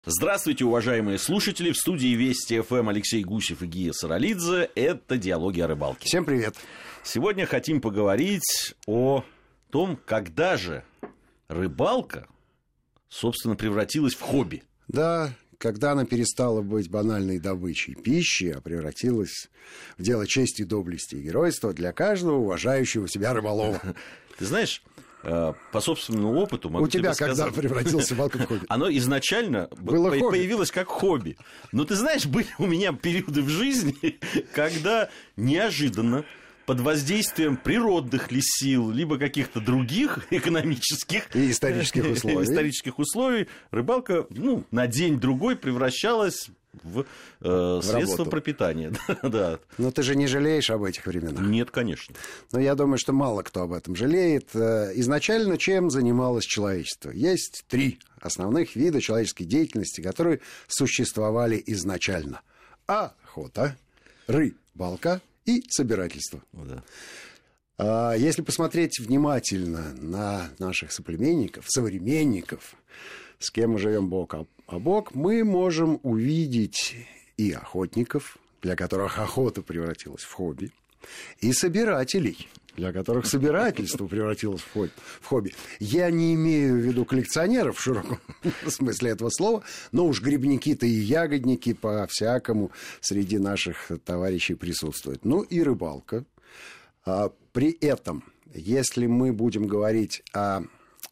Здравствуйте, уважаемые слушатели. В студии Вести ФМ Алексей Гусев и Гия Саралидзе. Это «Диалоги о рыбалке». Всем привет. Сегодня хотим поговорить о том, когда же рыбалка, собственно, превратилась в хобби. Да, когда она перестала быть банальной добычей пищи, а превратилась в дело чести, доблести и геройства для каждого уважающего себя рыболова. Ты знаешь, по собственному опыту могу тебе сказать... У тебя когда превратился рыбалка в хобби? Оно изначально появилось как хобби. Но ты знаешь, были у меня периоды в жизни, когда неожиданно под воздействием природных ли сил, либо каких-то других экономических и исторических условий рыбалка на день-другой превращалась в средство пропитания. Да. Но ты же не жалеешь об этих временах? Нет, конечно. Но я думаю, что мало кто об этом жалеет. Изначально чем занималось человечество? Есть три основных вида человеческой деятельности, которые существовали изначально. Охота, рыбалка и собирательство. Да. Если посмотреть внимательно на наших соплеменников, современников, с кем мы живем бок о бок, мы можем увидеть и охотников, для которых охота превратилась в хобби, и собирателей, для которых собирательство превратилось в хобби. Я не имею в виду коллекционеров в широком смысле этого слова, но уж грибники-то и ягодники по-всякому среди наших товарищей присутствуют. Ну и рыбалка. При этом, если мы будем говорить о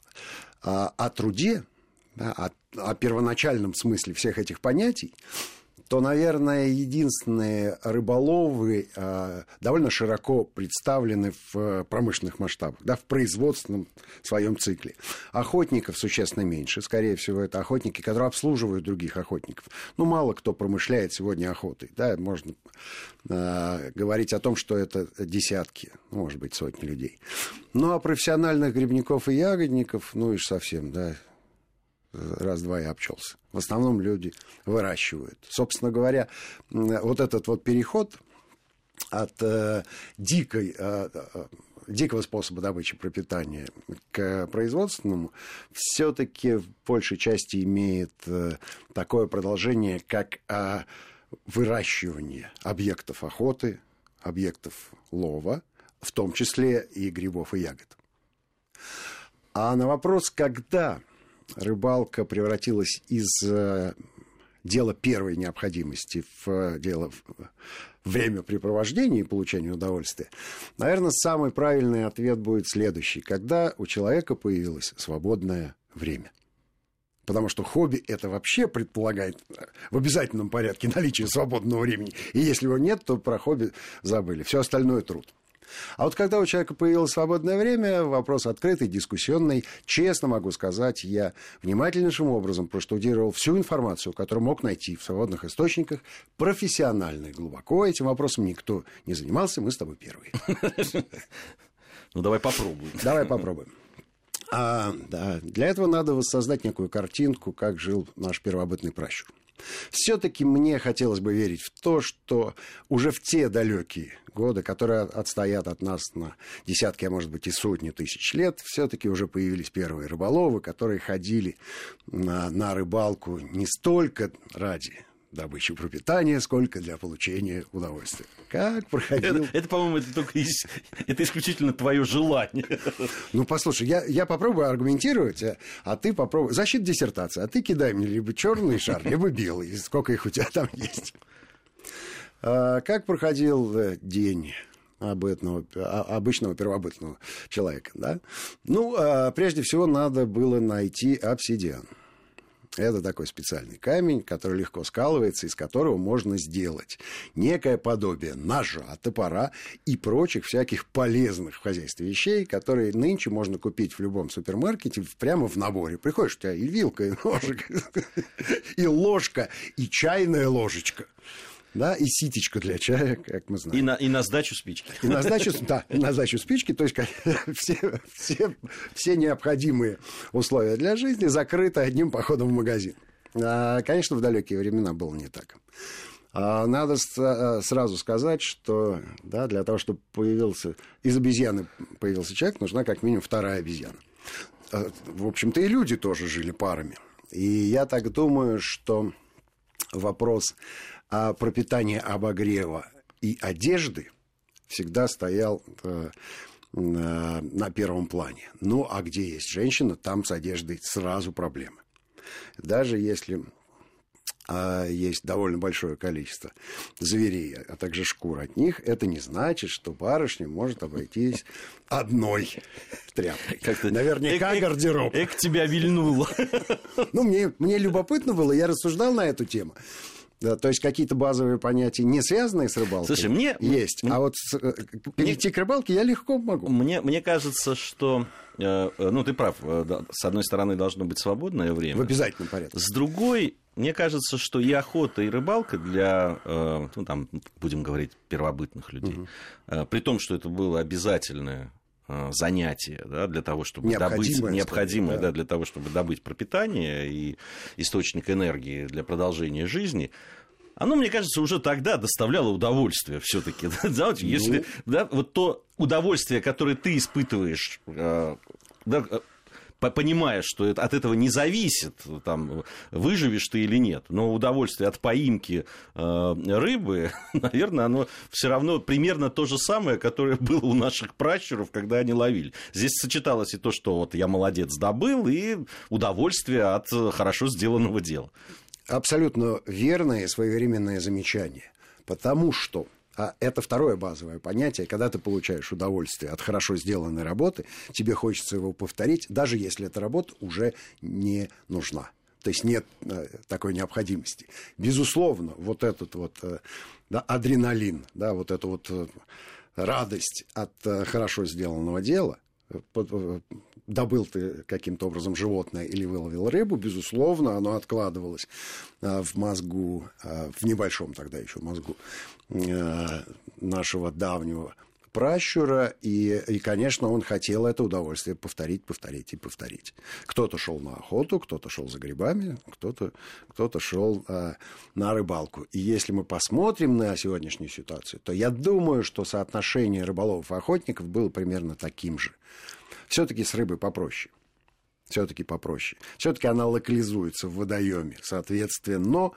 труде, да, о первоначальном смысле всех этих понятий, то, наверное, единственные рыболовы довольно широко представлены в промышленных масштабах, да, в производственном своем цикле. Охотников существенно меньше. Скорее всего, это охотники, которые обслуживают других охотников. Мало кто промышляет сегодня охотой. Да, можно говорить о том, что это десятки, может быть, сотни людей. Ну, а профессиональных грибников и ягодников, и совсем, да, раз-два и обчелся. В основном люди выращивают. Собственно говоря, вот этот вот переход от дикого способа добычи пропитания к производственному все-таки в большей части имеет такое продолжение, как выращивание объектов охоты, объектов лова, в том числе и грибов и ягод. А на вопрос, когда рыбалка превратилась из дела первой необходимости в дело времяпрепровождения и получения удовольствия, наверное, самый правильный ответ будет следующий. Когда у человека появилось свободное время. Потому что хобби это вообще предполагает в обязательном порядке наличие свободного времени. И если его нет, то про хобби забыли. Все остальное труд. А вот когда у человека появилось свободное время, вопрос открытый, дискуссионный. Честно могу сказать, я внимательнейшим образом проштудировал всю информацию, которую мог найти в свободных источниках, профессионально и глубоко. Этим вопросом никто не занимался, мы с тобой первые. Давай попробуем. Давай попробуем. Для этого надо воссоздать некую картинку, как жил наш первобытный пращур. Все-таки мне хотелось бы верить в то, что уже в те далекие годы, которые отстоят от нас на десятки, а может быть и сотни тысяч лет, все-таки уже появились первые рыболовы, которые ходили на рыбалку не столько ради добычи пропитания, сколько для получения удовольствия. Как проходил... Это, по-моему, это исключительно твое желание. Послушай, я попробую аргументировать, а ты попробуй... Защита диссертации, а ты кидай мне либо черный шар, либо белый. Сколько их у тебя там есть. Как проходил день обычного первобытного человека, да? Прежде всего, надо было найти обсидиан. Это такой специальный камень, который легко скалывается, из которого можно сделать некое подобие ножа, топора и прочих всяких полезных в хозяйстве вещей, которые нынче можно купить в любом супермаркете прямо в наборе. Приходишь, у тебя и вилка, и ножик, и ложка, и чайная ложечка. Да, и ситечко для чая, как мы знаем. И на сдачу спички. И на сдачу спички, то есть все необходимые условия для жизни закрыты одним походом в магазин. Конечно, в далекие времена было не так. Надо сразу сказать, что для того, чтобы из обезьяны появился человек, нужна как минимум вторая обезьяна. В общем-то, и люди тоже жили парами. И я так думаю, что вопрос о пропитании, обогрева и одежды всегда стоял на первом плане. Ну, а где есть женщина, там с одеждой сразу проблемы. Даже если есть довольно большое количество зверей, а также шкур от них, это не значит, что барышня может обойтись одной тряпкой. Наверняка гардероб. Тебя вильнуло. Ну, мне любопытно было, я рассуждал на эту тему. Да, то есть какие-то базовые понятия, не связанные с рыбалкой, слушай, есть. А вот перейти к рыбалке я легко могу. Мне кажется, что... Ну, ты прав. С одной стороны, должно быть свободное время. В обязательном порядке. С другой, мне кажется, что и охота, и рыбалка для, ну, там, будем говорить, первобытных людей, при том, что это было обязательное занятие, да, для того, чтобы необходимое, да, для того, чтобы добыть пропитание и источник энергии для продолжения жизни, оно, мне кажется, уже тогда доставляло удовольствие все-таки. Да, если, да, вот то удовольствие, которое ты испытываешь, да, понимая, что от этого не зависит, там, выживешь ты или нет, но удовольствие от поимки рыбы, наверное, оно все равно примерно то же самое, которое было у наших пращуров, когда они ловили. Здесь сочеталось и то, что вот я молодец, добыл, и удовольствие от хорошо сделанного дела. Абсолютно верное и своевременное замечание, потому что это второе базовое понятие. Когда ты получаешь удовольствие от хорошо сделанной работы, тебе хочется его повторить, даже если эта работа уже не нужна. То есть нет такой необходимости. Безусловно, вот этот вот адреналин, да, вот эта вот радость от хорошо сделанного дела, добыл ты каким-то образом животное или выловил рыбу, безусловно, оно откладывалось в мозгу, в небольшом тогда еще мозгу нашего давнего пращура, и, конечно, он хотел это удовольствие повторить. Кто-то шел на охоту, кто-то шел за грибами, кто-то шел на рыбалку. И если мы посмотрим на сегодняшнюю ситуацию, то я думаю, что соотношение рыболовов и охотников было примерно таким же. Все-таки с рыбой попроще. Все-таки она локализуется в водоеме, соответственно,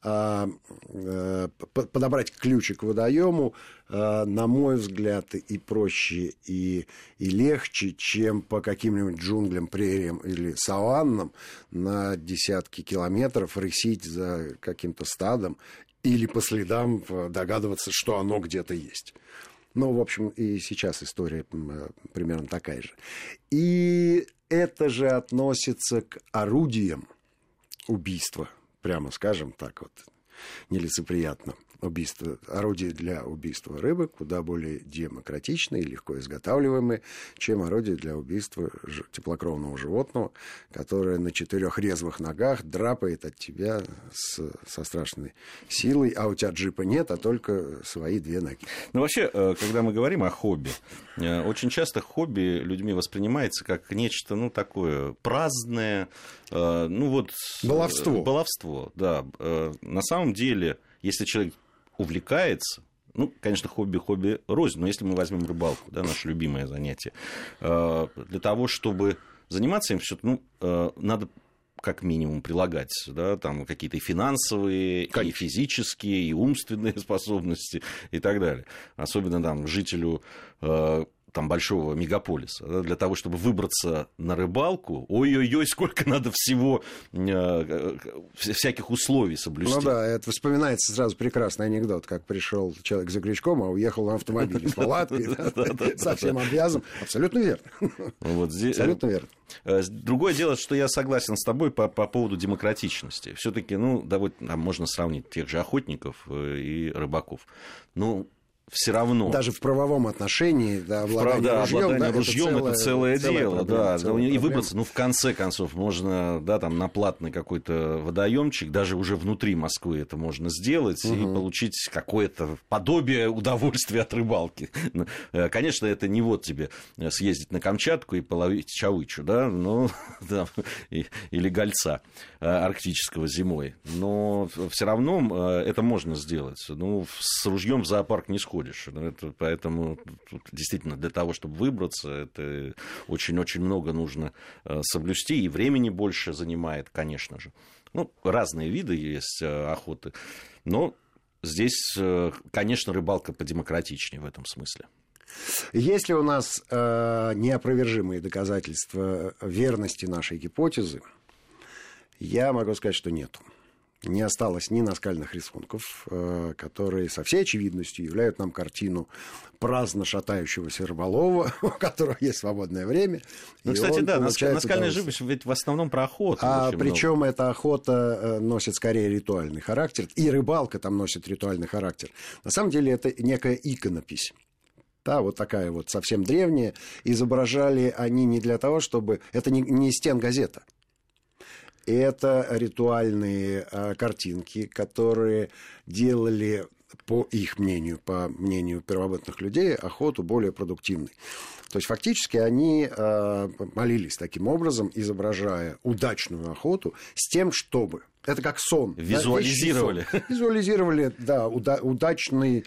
подобрать ключик к водоему, на мой взгляд, и проще, и легче, чем по каким-нибудь джунглям, прериям или саваннам на десятки километров рысить за каким-то стадом или по следам догадываться, что оно где-то есть. Ну, в общем, и сейчас история примерно такая же. И это же относится к орудиям убийства, прямо скажем так вот, нелицеприятно. Орудие для убийства рыбы куда более демократичное и легко изготавливаемое, чем орудие для убийства теплокровного животного, которое на 4 резвых ногах драпает от тебя со страшной силой, а у тебя джипа нет, а только свои 2 ноги. Ну, вообще, когда мы говорим о хобби, очень часто хобби людьми воспринимается как нечто, ну, такое праздное, ну, вот... Баловство, да. На самом деле, если человек увлекается, ну, конечно, хобби рознь, но если мы возьмем рыбалку, да, наше любимое занятие, для того, чтобы заниматься им, ну, надо как минимум прилагать, да, там какие-то и финансовые, и физические, и умственные способности и так далее. Особенно там жителю там, большого мегаполиса, да, для того, чтобы выбраться на рыбалку, ой-ой-ой, сколько надо всего всяких условий соблюсти. Ну да, это вспоминается сразу прекрасный анекдот, как пришел человек за крючком, а уехал на автомобиле с палаткой, со всем обвязом. Абсолютно верно. Абсолютно верно. Другое дело, что я согласен с тобой по поводу демократичности. Все-таки, ну, можно сравнить тех же охотников и рыбаков. Ну, все равно. Даже в правовом отношении, да, обладание ружьем это целое дело. Проблема, да. И выбраться, ну, в конце концов, можно, да, там, на платный какой-то водоемчик, даже уже внутри Москвы это можно сделать, и получить какое-то подобие удовольствия от рыбалки. Конечно, это не вот тебе съездить на Камчатку и половить чавычу, да, ну, да, или гольца арктического зимой. Но все равно это можно сделать. Ну, с ружьем в зоопарк не сходишь. сходишь. Поэтому действительно для того, чтобы выбраться, это очень-очень много нужно соблюсти, и времени больше занимает, конечно же. Ну, разные виды есть охоты, но здесь, конечно, рыбалка подемократичнее в этом смысле. Есть ли у нас неопровержимые доказательства верности нашей гипотезы? Я могу сказать, что нет. Не осталось ни наскальных рисунков, которые со всей очевидностью являют нам картину праздно шатающегося рыболова, у которого есть свободное время. Ну, кстати, да, наскальная живопись ведь в основном про охоту. Причем эта охота носит скорее ритуальный характер, и рыбалка там носит ритуальный характер. На самом деле это некая иконопись. Да, вот такая вот совсем древняя. Изображали они не для того, чтобы... Это не стенгазета. Это ритуальные картинки, которые делали, по их мнению, по мнению первобытных людей, охоту более продуктивной. То есть фактически они молились таким образом, изображая удачную охоту, с тем, чтобы... Это как сон. Визуализировали. Да, визуализировали, да, удачный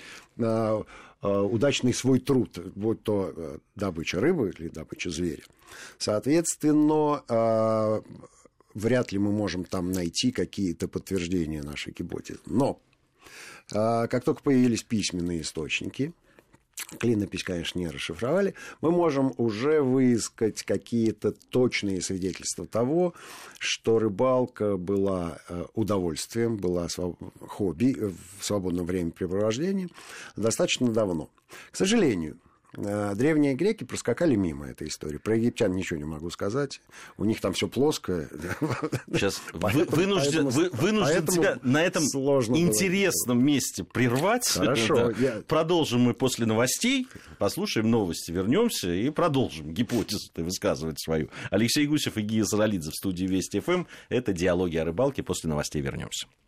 свой труд, будь то добыча рыбы или добыча зверя. Соответственно, вряд ли мы можем там найти какие-то подтверждения нашей гипотезы. Но как только появились письменные источники, клинопись, конечно, не расшифровали, мы можем уже выискать какие-то точные свидетельства того, что рыбалка была удовольствием, была хобби, в свободном времяпрепровождении достаточно давно. К сожалению, древние греки проскакали мимо этой истории. Про египтян ничего не могу сказать. У них там все плоское. Сейчас вынужден тебя на этом интересном месте прервать. Хорошо. Продолжим мы после новостей. Послушаем новости, вернемся и продолжим гипотезу высказывать свою. Алексей Гусев и Гия Саралидзе в студии Вести ФМ. Это «Диалоги о рыбалке». После новостей вернемся.